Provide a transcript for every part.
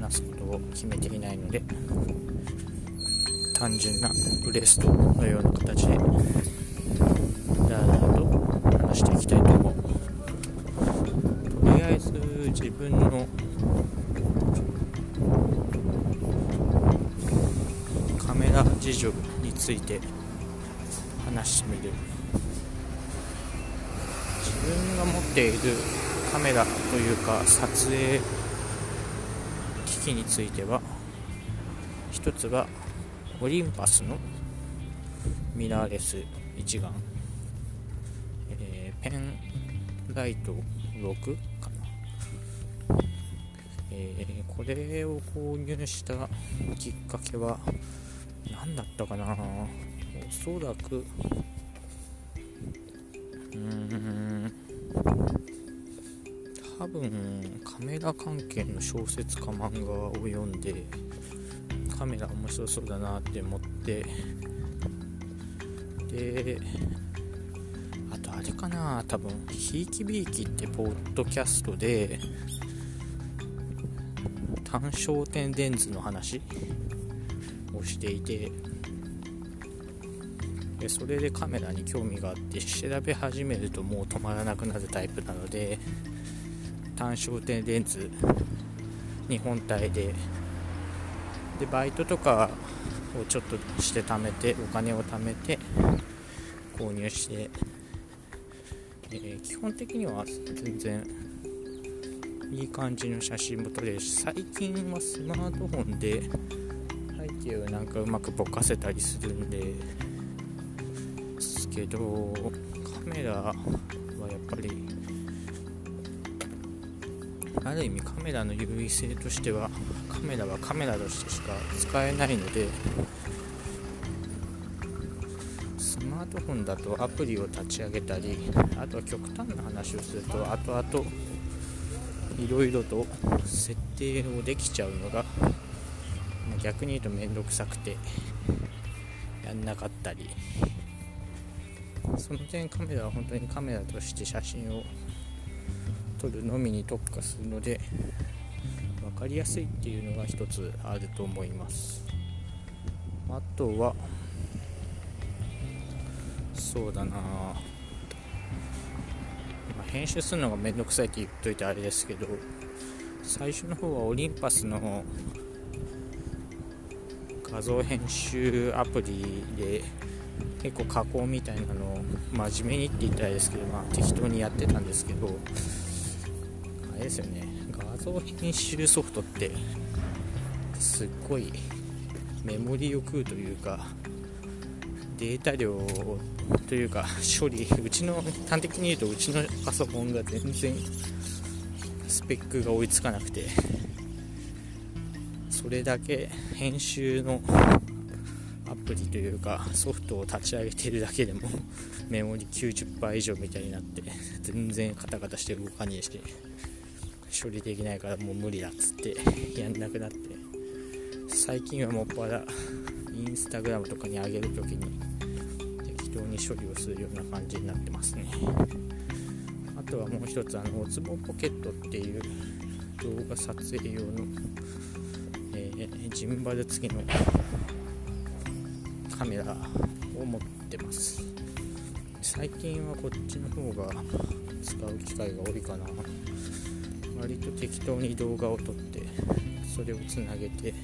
話すことを決めていないので、単純なブレストのような形でだらだらと話していきたいと思う。とりあえず自分のカメラ事情について話してみる。自分が持っているカメラというか撮影機器については、一つはオリンパスのミラーレス一眼、ペンライト6かな、これを購入したきっかけは何だったかな。おそらく多分カメラ関係の小説か漫画を読んで、カメラ面白そうだなって思って、であとあれかな、多分ひいきびいきってポッドキャストで単焦点レンズの話をしていて、でそれでカメラに興味があって調べ始めるともう止まらなくなるタイプなので、単焦点レンズに本体でバイトとかをちょっとして貯めて、お金を貯めて購入して、基本的には全然いい感じの写真も撮れるし、最近はスマートフォンで背景をなんかうまくぼかせたりするんですけど、カメラはやっぱりある意味カメラの優位性としては、カメラはカメラとしてしか使えないので、スマートフォンだとアプリを立ち上げたり、あとは極端な話をすると後々いろいろと設定をできちゃうのが、逆に言うとめんどくさくてやんなかったり、その点カメラは本当にカメラとして写真を撮るのみに特化するので分かりやすいっていうのが一つあると思います。あとはそうだな、編集するのがめんどくさいって言っといてあれですけど、最初の方はオリンパスの画像編集アプリで結構加工みたいなのを真面目にって言ったらあれですけど、適当にやってたんですけど、あれですよね、画像編集ソフトってすっごいメモリを食うというか、データ量というか処理、端的に言うとうちのパソコンが全然スペックが追いつかなくて、それだけ編集のアプリというかソフトを立ち上げているだけでもメモリ 90% 以上みたいになって、全然カタカタして動かねえし処理できないからもう無理だっつってやんなくなって、最近はもっぱらインスタグラムとかに上げるときに適当に処理をするような感じになってますね。あとはもう一つ、オズモポケットっていう動画撮影用の、ジンバル付きのカメラを持ってます。最近はこっちの方が使う機会が多いかな。割と適当に動画を撮ってそれをつなげて、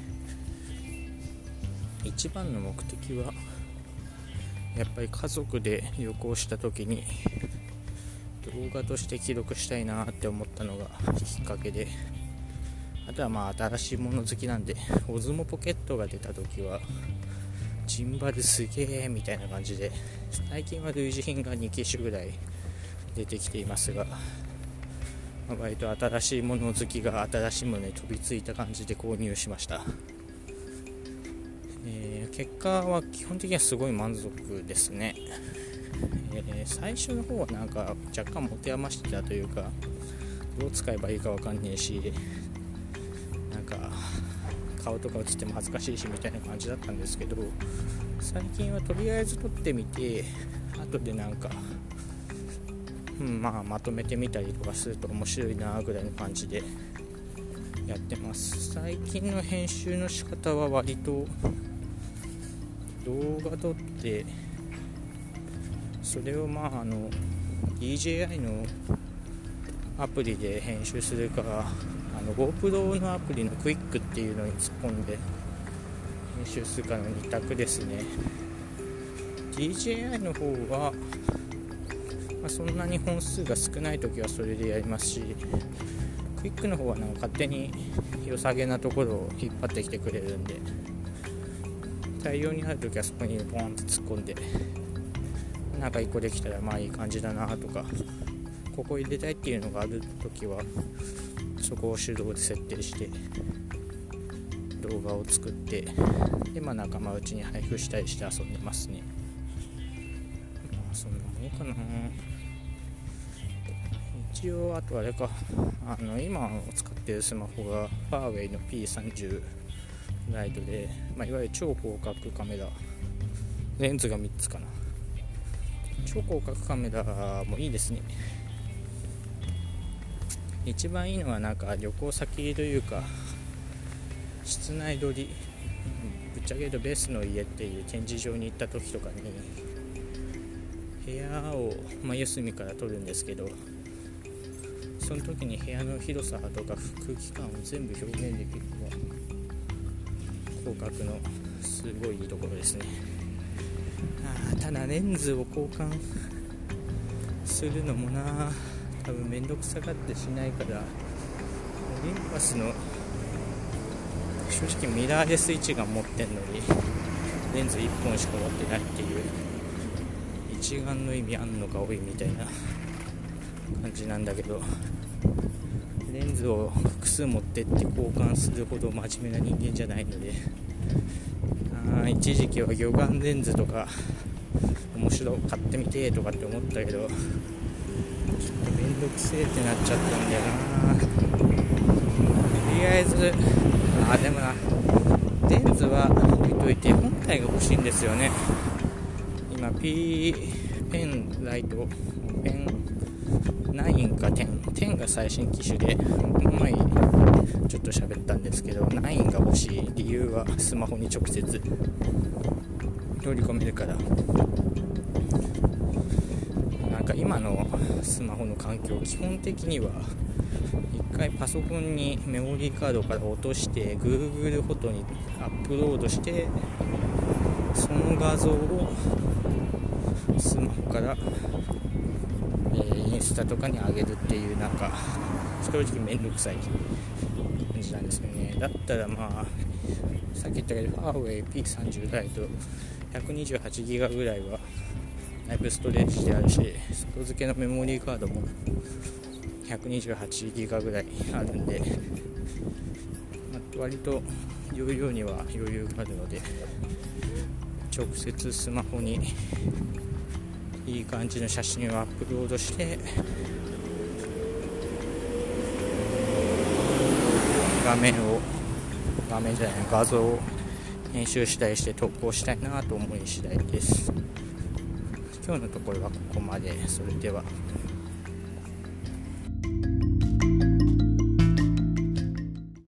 一番の目的はやっぱり家族で旅行した時に動画として記録したいなって思ったのがきっかけで、あとは新しいもの好きなんで、オズモポケットが出た時はジンバルすげーみたいな感じで、最近は類似品が2機種ぐらい出てきていますが、割と新しいもの好きが新しいものに飛びついた感じで購入しました。結果は基本的にはすごい満足ですね。最初の方はなんか若干持て余してたというか、どう使えばいいか分かんねえし、なんか顔とか映っても恥ずかしいしみたいな感じだったんですけど、最近はとりあえず撮ってみて、後でなんか、まとめてみたりとかすると面白いなぐらいの感じでやってます。最近の編集の仕方は割と動画撮ってそれをDJI のアプリで編集するかGoPro のアプリのクイックっていうのに突っ込んで編集するかの2択ですね。 DJI の方は、そんなに本数が少ない時はそれでやりますし、クイックの方は勝手に良さげなところを引っ張ってきてくれるんで、大量にある時はそこにボーンと突っ込んで1個できたらいい感じだなとか、ここ入れたいっていうのがある時はそこを手動で設定して動画を作って、で仲間内に配布したりして遊んでますね。そんなもんかな。一応あとあれか、今使っているスマホがファーウェイの P30 ライトで、いわゆる超広角カメラ、レンズが3つかな。超広角カメラもいいですね。一番いいのは旅行先というか室内撮り、ぶっちゃけ言うとベースの家っていう展示場に行った時とかに部屋を真隅から撮るんですけど、その時に部屋の広さとか空気感を全部表現できるのが広角のすごいいいところですね。ただレンズを交換するのも多分めんどくさがってしないから、オリンパスの正直ミラーレス一眼持ってんのにレンズ1本しか持ってないっていう、一眼の意味あんのか多いみたいな感じなんだけど、レンズを複数持ってって交換するほど真面目な人間じゃないので、一時期は魚眼レンズとか面白買ってみてとかって思ったけど、ちょっとめんどくせえってなっちゃったんだよな。とりあえずでもレンズは置いといて本体が欲しいんですよね。今 P ペンライトペン9か10が最新機種で、前ちょっと喋ったんですけど、9が欲しい理由はスマホに直接取り込めるから。今のスマホの環境、基本的には一回パソコンにメモリーカードから落として Google フォトにアップロードして、その画像をスマホからインスタとかに上げるっていう正直めんどくさい感じなんですよね。だったらさっき言ったけどファーウェイ P30 ライト 128GB ぐらいはだいぶストレージであるし、外付けのメモリーカードも 128GB ぐらいあるんで、割と容量には余裕があるので、直接スマホにいい感じの写真をアップロードして画像を編集したりして投稿したいなと思い次第です。今日のところはここまで。それでは。